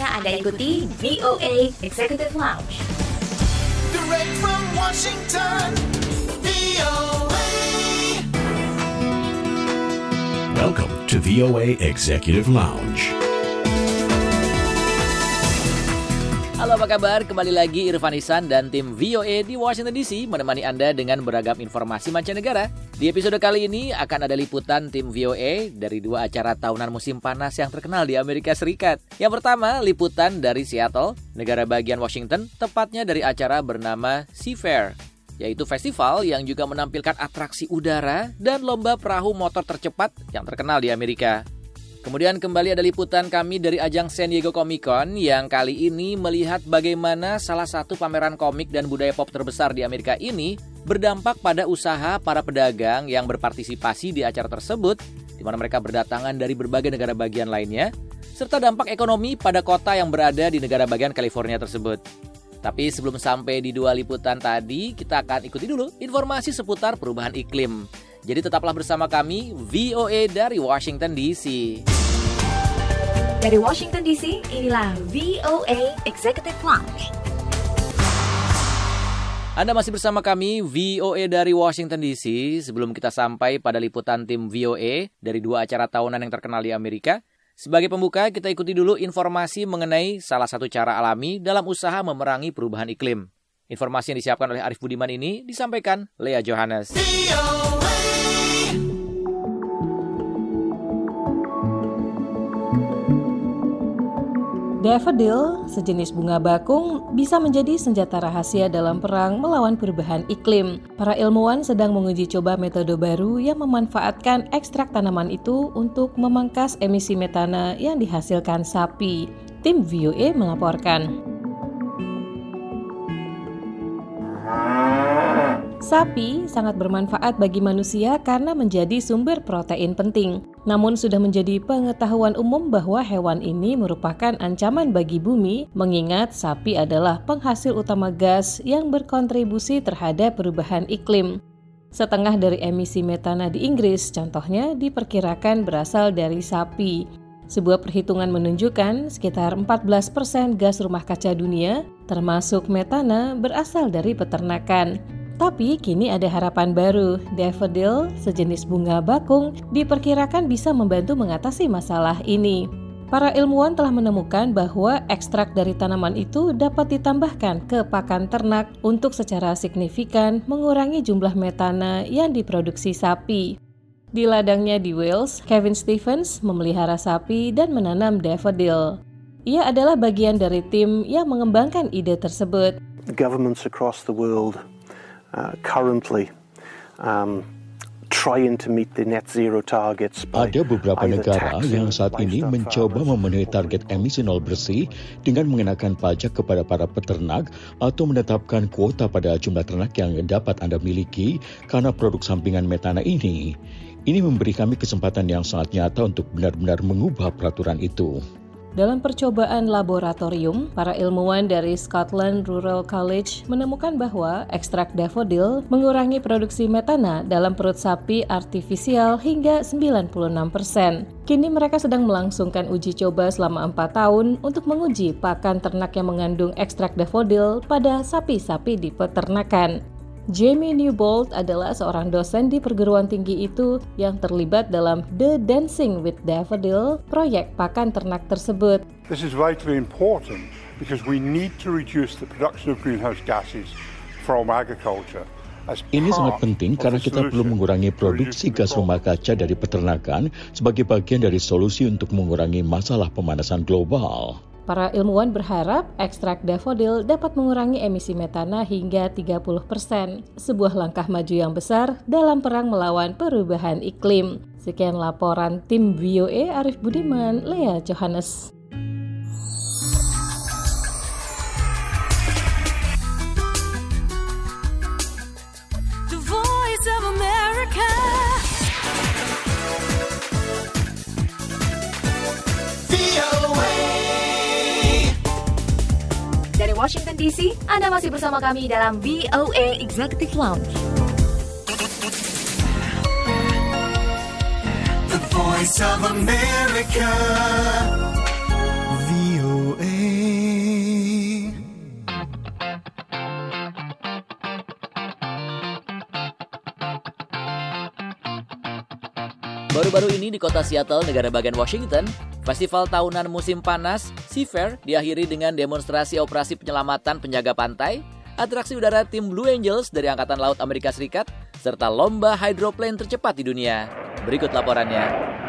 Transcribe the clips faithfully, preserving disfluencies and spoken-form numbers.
Saatnya Anda ikuti V O A Executive Lounge. Direct from Washington, V O A. Welcome to V O A Executive Lounge. Halo, apa kabar? Kembali lagi Irfan Ihsan dan tim V O A di Washington D C menemani Anda dengan beragam informasi mancanegara. Di episode kali ini akan ada liputan tim V O A dari dua acara tahunan musim panas yang terkenal di Amerika Serikat. Yang pertama, liputan dari Seattle, negara bagian Washington, tepatnya dari acara bernama Seafair, yaitu festival yang juga menampilkan atraksi udara dan lomba perahu motor tercepat yang terkenal di Amerika. Kemudian kembali ada liputan kami dari ajang San Diego Comic Con yang kali ini melihat bagaimana salah satu pameran komik dan budaya pop terbesar di Amerika ini berdampak pada usaha para pedagang yang berpartisipasi di acara tersebut, di mana mereka berdatangan dari berbagai negara bagian lainnya, serta dampak ekonomi pada kota yang berada di negara bagian California tersebut. Tapi sebelum sampai di dua liputan tadi, kita akan ikuti dulu informasi seputar perubahan iklim. Jadi tetaplah bersama kami, V O A dari Washington D C. Dari Washington D C, inilah V O A Executive Lounge. Anda masih bersama kami, V O A dari Washington D C. Sebelum kita sampai pada liputan tim V O A dari dua acara tahunan yang terkenal di Amerika, sebagai pembuka kita ikuti dulu informasi mengenai salah satu cara alami dalam usaha memerangi perubahan iklim. Informasi yang disiapkan oleh Arif Budiman ini disampaikan Lea Johannes. Daffodil, sejenis bunga bakung, bisa menjadi senjata rahasia dalam perang melawan perubahan iklim. Para ilmuwan sedang menguji coba metode baru yang memanfaatkan ekstrak tanaman itu untuk memangkas emisi metana yang dihasilkan sapi. Tim V O A melaporkan. Sapi sangat bermanfaat bagi manusia karena menjadi sumber protein penting. Namun sudah menjadi pengetahuan umum bahwa hewan ini merupakan ancaman bagi bumi, mengingat sapi adalah penghasil utama gas yang berkontribusi terhadap perubahan iklim. Setengah dari emisi metana di Inggris, contohnya, diperkirakan berasal dari sapi. Sebuah perhitungan menunjukkan sekitar empat belas persen gas rumah kaca dunia, termasuk metana, berasal dari peternakan. Tapi kini ada harapan baru. Daffodil, sejenis bunga bakung, diperkirakan bisa membantu mengatasi masalah ini. Para ilmuwan telah menemukan bahwa ekstrak dari tanaman itu dapat ditambahkan ke pakan ternak untuk secara signifikan mengurangi jumlah metana yang diproduksi sapi. Di ladangnya di Wales, Kevin Stevens memelihara sapi dan menanam daffodil. Ia adalah bagian dari tim yang mengembangkan ide tersebut. Governments across the world Uh, currently um, trying to meet the net zero targets. Ada beberapa negara yang saat ini mencoba memenuhi target emisi nol bersih dengan mengenakan pajak kepada para peternak atau menetapkan kuota pada jumlah ternak yang dapat Anda miliki karena produk sampingan metana ini. Ini memberi kami kesempatan yang sangat nyata untuk benar-benar mengubah peraturan itu. Dalam percobaan laboratorium, para ilmuwan dari Scotland Rural College menemukan bahwa ekstrak daffodil mengurangi produksi metana dalam perut sapi artifisial hingga sembilan puluh enam persen. Kini mereka sedang melangsungkan uji coba selama empat tahun untuk menguji pakan ternak yang mengandung ekstrak daffodil pada sapi-sapi di peternakan. Jamie Newbold adalah seorang dosen di perguruan tinggi itu yang terlibat dalam The Dancing with Daffodil, proyek pakan ternak tersebut. This is vitally important because we need to reduce the production of greenhouse gases from agriculture. Ini sangat penting karena kita perlu mengurangi produksi gas rumah kaca dari peternakan sebagai bagian dari solusi untuk mengurangi masalah pemanasan global. Para ilmuwan berharap ekstrak daffodil dapat mengurangi emisi metana hingga tiga puluh persen, sebuah langkah maju yang besar dalam perang melawan perubahan iklim. Sekian laporan tim V O A Arif Budiman, Lea Johannes. The Voice of America. Dari Washington D C, Anda masih bersama kami dalam V O A Executive Lounge. The Voice of America. V O A. Baru-baru ini di kota Seattle, negara bagian Washington, festival tahunan musim panas, Seafair, diakhiri dengan demonstrasi operasi penyelamatan penjaga pantai, atraksi udara tim Blue Angels dari Angkatan Laut Amerika Serikat, serta lomba hydroplane tercepat di dunia. Berikut laporannya.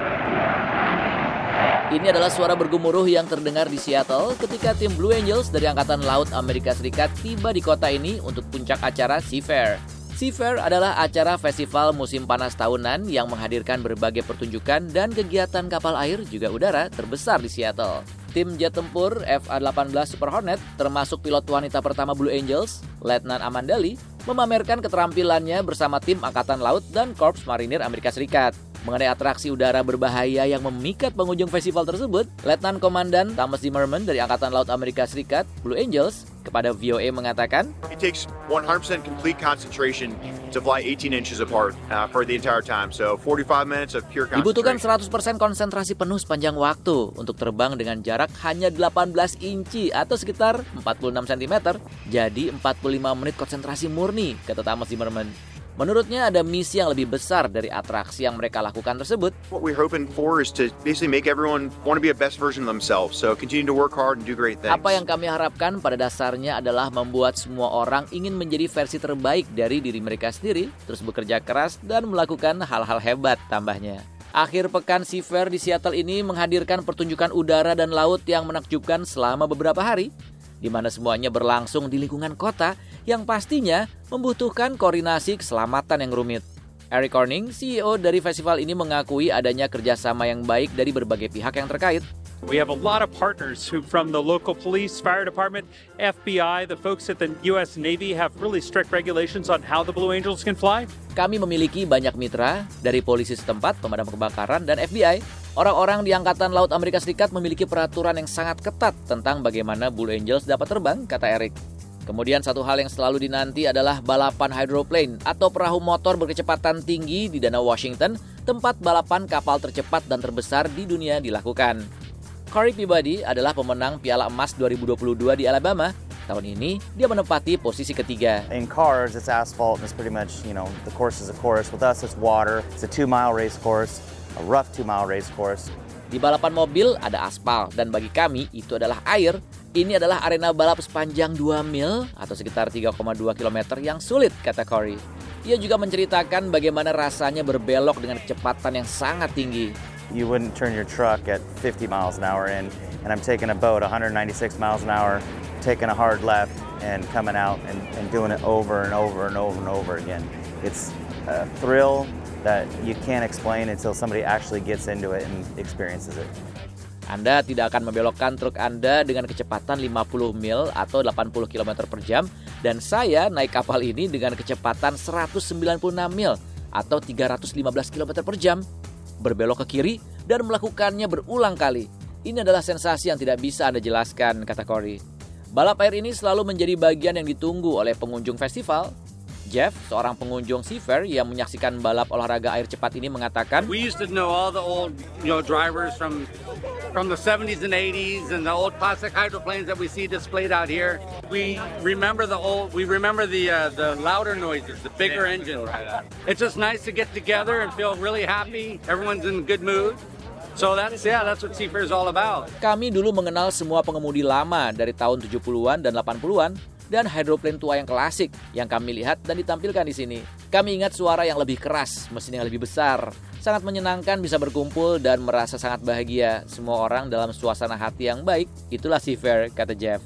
Ini adalah suara bergemuruh yang terdengar di Seattle ketika tim Blue Angels dari Angkatan Laut Amerika Serikat tiba di kota ini untuk puncak acara Seafair. Seafair adalah acara festival musim panas tahunan yang menghadirkan berbagai pertunjukan dan kegiatan kapal air juga udara terbesar di Seattle. Tim jet tempur F A delapan belas Super Hornet, termasuk pilot wanita pertama Blue Angels, Letnan Amanda Lee, memamerkan keterampilannya bersama tim Angkatan Laut dan Korps Marinir Amerika Serikat. Mengenai atraksi udara berbahaya yang memikat pengunjung festival tersebut, Letnan Komandan Thomas Zimmerman dari Angkatan Laut Amerika Serikat, Blue Angels, kepada V O A mengatakan, It takes one hundred percent complete concentration to fly eighteen inches apart uh, for the entire time. So forty-five minutes of pure concentration. Dibutuhkan seratus persen konsentrasi penuh sepanjang waktu untuk terbang dengan jarak hanya delapan belas inci atau sekitar empat puluh enam sentimeter. Jadi empat puluh lima menit konsentrasi murni, kata Thomas Zimmerman. Menurutnya ada misi yang lebih besar dari atraksi yang mereka lakukan tersebut. What we're hoping for is to basically make everyone want to be a best version of themselves. So continue to work hard and do great things. Apa yang kami harapkan pada dasarnya adalah membuat semua orang ingin menjadi versi terbaik dari diri mereka sendiri, terus bekerja keras dan melakukan hal-hal hebat, tambahnya. Akhir pekan Seafair di Seattle ini menghadirkan pertunjukan udara dan laut yang menakjubkan selama beberapa hari, di mana semuanya berlangsung di lingkungan kota yang pastinya membutuhkan koordinasi keselamatan yang rumit. Eric Corning, C E O dari festival ini, mengakui adanya kerjasama yang baik dari berbagai pihak yang terkait. We have a lot of partners who, from the local police, fire department, F B I, the folks at the U S Navy have really strict regulations on how the Blue Angels can fly. Kami memiliki banyak mitra dari polisi setempat, pemadam kebakaran, dan F B I. Orang-orang di Angkatan Laut Amerika Serikat memiliki peraturan yang sangat ketat tentang bagaimana Blue Angels dapat terbang, kata Eric. Kemudian satu hal yang selalu dinanti adalah balapan hydroplane atau perahu motor berkecepatan tinggi di Danau Washington, tempat balapan kapal tercepat dan terbesar di dunia dilakukan. Corey Peabody adalah pemenang Piala Emas dua ribu dua puluh dua di Alabama. Tahun ini dia menempati posisi ketiga. In cars, it's asphalt and it's pretty much, you know, the course is a course. With us, it's water. It's a two-mile race course, a rough two-mile race course. Di balapan mobil ada aspal dan bagi kami itu adalah air. Ini adalah arena balap sepanjang dua mil atau sekitar tiga koma dua kilometer yang sulit, kata Corey. Ia juga menceritakan bagaimana rasanya berbelok dengan kecepatan yang sangat tinggi. You wouldn't turn your truck at fifty miles an hour in, and I'm taking a boat one hundred ninety-six miles an hour, taking a hard left and coming out and, and doing it over and over and over and over again. It's a thrill that you can't explain until somebody actually gets into it and experiences it. Anda tidak akan membelokkan truk Anda dengan kecepatan lima puluh mil atau delapan puluh kilometer per jam, dan saya naik kapal ini dengan kecepatan seratus sembilan puluh enam mil atau tiga ratus lima belas kilometer per jam, berbelok ke kiri dan melakukannya berulang kali. Ini adalah sensasi yang tidak bisa Anda jelaskan, kata Corey. Balap air ini selalu menjadi bagian yang ditunggu oleh pengunjung festival. Jeff, seorang pengunjung Seafair yang menyaksikan balap olahraga air cepat ini, mengatakan, We used to know all the old, you know, drivers from from the seventies and eighties and the old classic hydroplanes that we see displayed out here. We remember the old, we remember the uh, the louder noises, the bigger engines. It's just nice to get together and feel really happy. Everyone's in a good mood. So that's yeah, that's what Seafair is all about. Kami dulu mengenal semua pengemudi lama dari tahun tujuh puluhan dan delapan puluhan. Dan hydroplane tua yang klasik yang kami lihat dan ditampilkan di sini. Kami ingat suara yang lebih keras, mesin yang lebih besar. Sangat menyenangkan bisa berkumpul dan merasa sangat bahagia. Semua orang dalam suasana hati yang baik. Itulah Seafair, kata Jeff.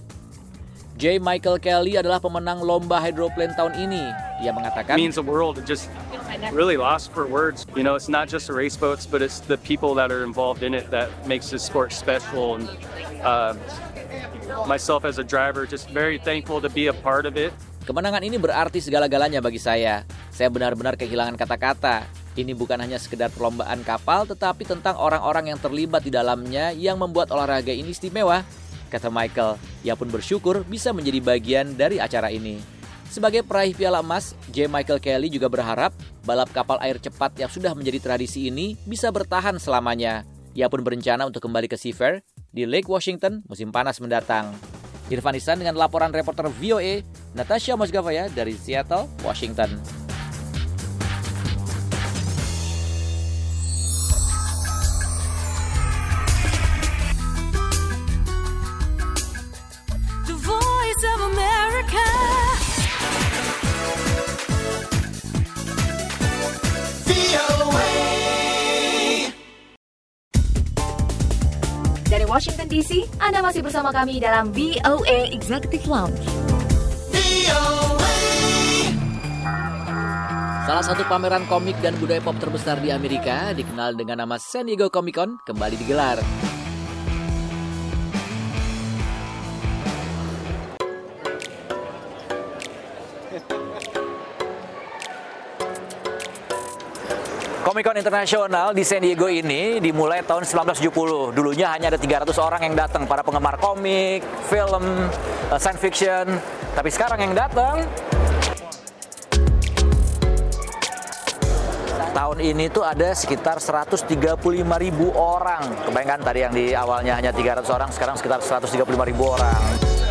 J. Michael Kelly adalah pemenang lomba hydroplane tahun ini. Ia mengatakan, It means the world. It just really lost for words. You know, it's not just the race boats, but it's the people that are involved in it that makes this sport special. And uh, myself as a driver, just very thankful to be a part of it. Kemenangan ini berarti segala-galanya bagi saya. Saya benar-benar kehilangan kata-kata. Ini bukan hanya sekedar perlombaan kapal, tetapi tentang orang-orang yang terlibat di dalamnya yang membuat olahraga ini istimewa, kata Michael. Ia pun bersyukur bisa menjadi bagian dari acara ini. Sebagai peraih Piala Emas, J. Michael Kelly juga berharap balap kapal air cepat yang sudah menjadi tradisi ini bisa bertahan selamanya. Ia pun berencana untuk kembali ke Seafair di Lake Washington musim panas mendatang. Irfan Ihsan dengan laporan reporter V O A, Natasha Mosgavaya dari Seattle, Washington. D C. Anda masih bersama kami dalam V O A Executive Lounge. Salah satu pameran komik dan budaya pop terbesar di Amerika, dikenal dengan nama San Diego Comic Con, kembali digelar. Comic Con Internasional di San Diego ini dimulai tahun sembilan belas tujuh puluh. Dulunya hanya ada tiga ratus orang yang datang, para penggemar komik, film, science fiction. Tapi sekarang yang datang, tahun ini tuh ada sekitar seratus tiga puluh lima ribu orang. Kebayangkan tadi yang di awalnya hanya tiga ratus orang, sekarang sekitar seratus tiga puluh lima ribu orang.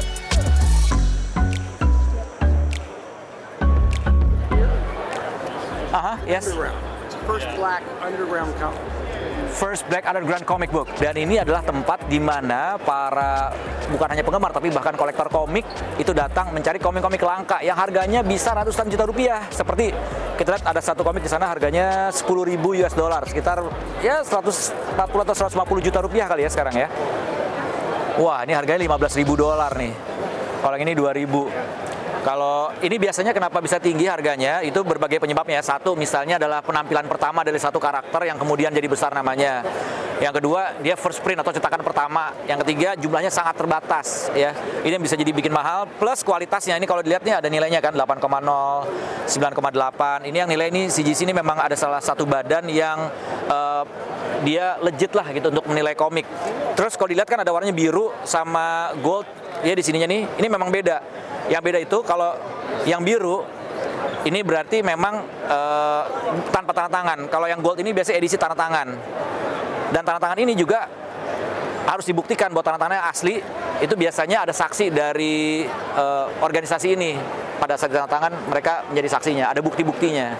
Aha, yes. First Black Underground Comic. First Black Underground Comic Book. Dan ini adalah tempat di mana para bukan hanya penggemar tapi bahkan kolektor komik itu datang mencari komik-komik langka yang harganya bisa ratusan juta rupiah. Seperti kita lihat ada satu komik di sana harganya sepuluh ribu U S dollar, sekitar ya seratus empat puluh atau seratus lima puluh juta rupiah kali ya sekarang ya. Wah, ini harganya lima belas ribu dolar nih. Kalau yang ini dua ribu. Kalau ini biasanya kenapa bisa tinggi harganya, itu berbagai penyebabnya. Satu, misalnya adalah penampilan pertama dari satu karakter yang kemudian jadi besar namanya. Yang kedua, dia first print atau cetakan pertama. Yang ketiga, jumlahnya sangat terbatas. Ya, ini yang bisa jadi bikin mahal. Plus kualitasnya, ini kalau dilihatnya ada nilainya kan, delapan koma nol, sembilan koma delapan. Ini yang nilai ini, C G C ini memang ada salah satu badan yang uh, dia legit lah gitu untuk menilai komik. Terus kalau dilihat kan ada warnanya biru sama gold. Ya di sininya nih, ini memang beda. Yang beda itu kalau yang biru ini berarti memang uh, tanpa tanda tangan. Kalau yang gold ini biasanya edisi tanda tangan. Dan tanda tangan ini juga harus dibuktikan bahwa tanda tangannya asli. Itu biasanya ada saksi dari uh, organisasi ini. Pada saat tanda tangan mereka menjadi saksinya, ada bukti-buktinya.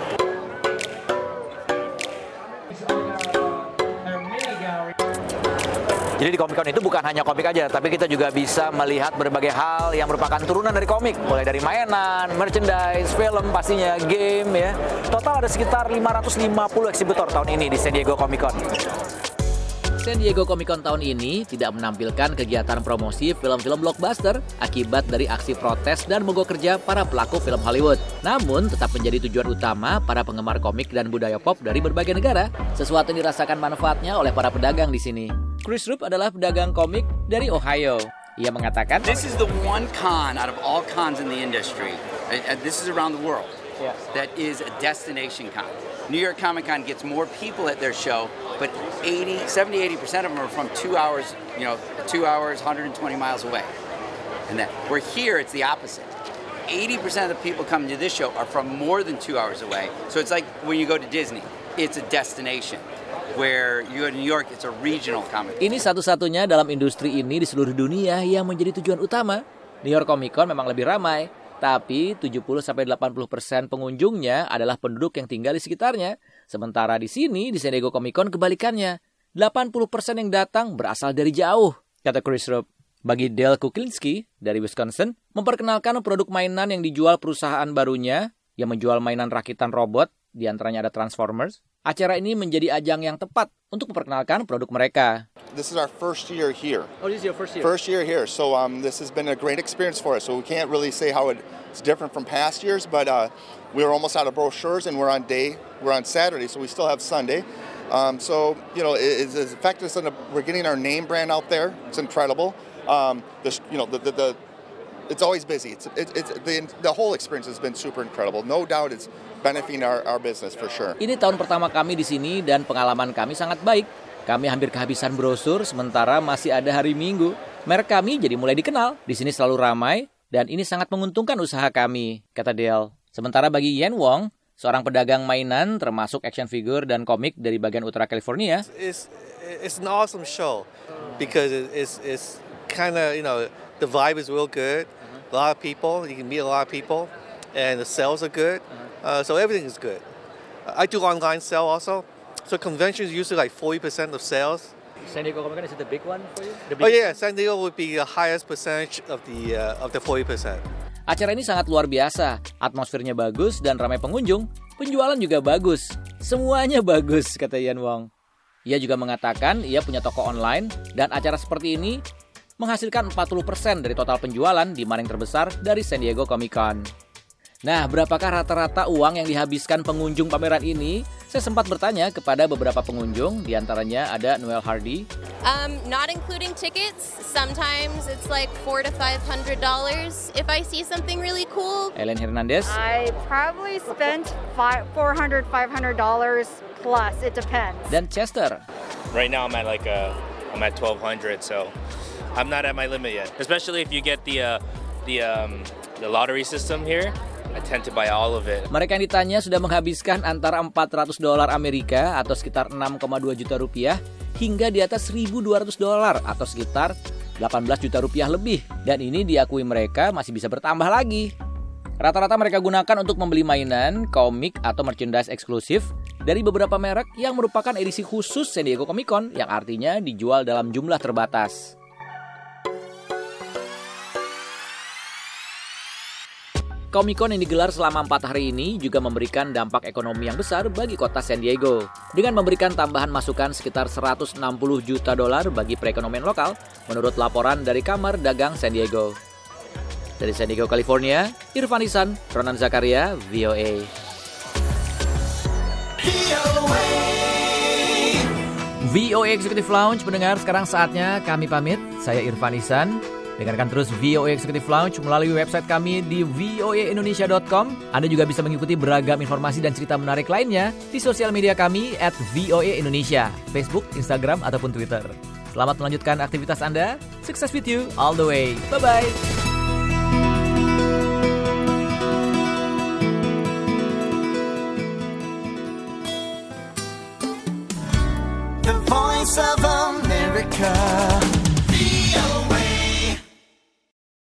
Jadi di Comic Con itu bukan hanya komik aja, tapi kita juga bisa melihat berbagai hal yang merupakan turunan dari komik. Mulai dari mainan, merchandise, film, pastinya game ya. Total ada sekitar lima ratus lima puluh eksibitor tahun ini di San Diego Comic Con. San Diego Comic Con tahun ini tidak menampilkan kegiatan promosi film-film blockbuster akibat dari aksi protes dan mogok kerja para pelaku film Hollywood. Namun tetap menjadi tujuan utama para penggemar komik dan budaya pop dari berbagai negara, sesuatu yang dirasakan manfaatnya oleh para pedagang di sini. Chris Rupp adalah pedagang komik dari Ohio. Ia mengatakan, "This is the one con out of all cons in the industry. Uh, this is around the world. Yeah. That is a destination con. New York Comic Con gets more people at their show, but eighty, seventy, eighty percent of them are from two hours, you know, two hours, one hundred twenty miles away. And that we're here, it's the opposite. eighty percent of the people coming to this show are from more than two hours away. So it's like when you go to Disney, it's a destination. Where you go to New York, it's a regional comic." Ini satu-satunya dalam industri ini di seluruh dunia yang menjadi tujuan utama. New York Comic Con memang lebih ramai, tapi tujuh puluh sampai delapan puluh persen pengunjungnya adalah penduduk yang tinggal di sekitarnya. Sementara di sini, di San Diego Comic Con kebalikannya. delapan puluh persen yang datang berasal dari jauh, kata Chris Rupp. Bagi Dale Kuklinski dari Wisconsin, memperkenalkan produk mainan yang dijual perusahaan barunya yang menjual mainan rakitan robot, di antaranya ada Transformers. Acara ini menjadi ajang yang tepat untuk memperkenalkan produk mereka. This is our first year here. Oh, this is your first year? First year here. So um, this has been a great experience for us. So we can't really say how it's different from past years, but uh, we're almost out of brochures and we're on day, we're on Saturday, so we still have Sunday. Um, so, you know, it, it's affected us. We're getting our name brand out there. It's incredible. Um, the, you know, the, the, the it's always busy. It's, it, it's the, the whole experience has been super incredible. No doubt it's benefiting our, our business for sure. Ini tahun pertama kami di sini dan pengalaman kami sangat baik. Kami hampir kehabisan brosur sementara masih ada hari Minggu. Merek kami jadi mulai dikenal. Di sini selalu ramai dan ini sangat menguntungkan usaha kami, kata Dale. Sementara bagi Yan Wong, seorang pedagang mainan termasuk action figure dan komik dari bagian utara California. It's it's an awesome show because it's it's kind of, you know, the vibe is real good. A lot of people, you can meet a lot of people, and the sales are good. Uh, so everything is good. I do online sale also. So conventions usually like forty percent of sales. San Diego Comic Con, is it the big one for you? The oh yeah, San Diego would be the highest percentage of the uh, of the forty percent. Acara ini sangat luar biasa. Atmosfernya bagus dan ramai pengunjung. Penjualan juga bagus. Semuanya bagus, kata Yan Wong. Ia juga mengatakan ia punya toko online dan acara seperti ini menghasilkan empat puluh persen dari total penjualan di mana yang terbesar dari San Diego Comic Con. Nah, berapakah rata-rata uang yang dihabiskan pengunjung pameran ini? Saya sempat bertanya kepada beberapa pengunjung, diantaranya ada Noel Hardy. Um, not including tickets, sometimes it's like four to five hundred dollars if I see something really cool. Ellen Hernandez. I probably spent five, four hundred, five hundred dollars plus. It depends. Dan Chester. Right now I'm at like a, I'm at twelve hundred, so I'm not at my limit yet. Especially if you get the uh, the um, the lottery system here. I tend to buy all of it. Mereka yang ditanya sudah menghabiskan antara empat ratus dolar Amerika atau sekitar enam koma dua juta rupiah hingga di atas seribu dua ratus dolar atau sekitar delapan belas juta rupiah lebih. Dan ini diakui mereka masih bisa bertambah lagi. Rata-rata mereka gunakan untuk membeli mainan, komik, atau merchandise eksklusif dari beberapa merek yang merupakan edisi khusus San Diego Comic Con yang artinya dijual dalam jumlah terbatas. Comic Con yang digelar selama empat hari ini juga memberikan dampak ekonomi yang besar bagi kota San Diego. Dengan memberikan tambahan masukan sekitar seratus enam puluh juta dolar bagi perekonomian lokal, menurut laporan dari Kamar Dagang San Diego. Dari San Diego, California, Irfan Ihsan, Ronan Zakaria, V O A. V O A Executive Lounge mendengar, sekarang saatnya kami pamit. Saya Irfan Ihsan. Dengarkan terus V O A Executive Lounge melalui website kami di v o a indonesia dot com. Anda juga bisa mengikuti beragam informasi dan cerita menarik lainnya di sosial media kami at V O A Indonesia, Facebook, Instagram, ataupun Twitter. Selamat melanjutkan aktivitas Anda. Success with you all the way. Bye-bye.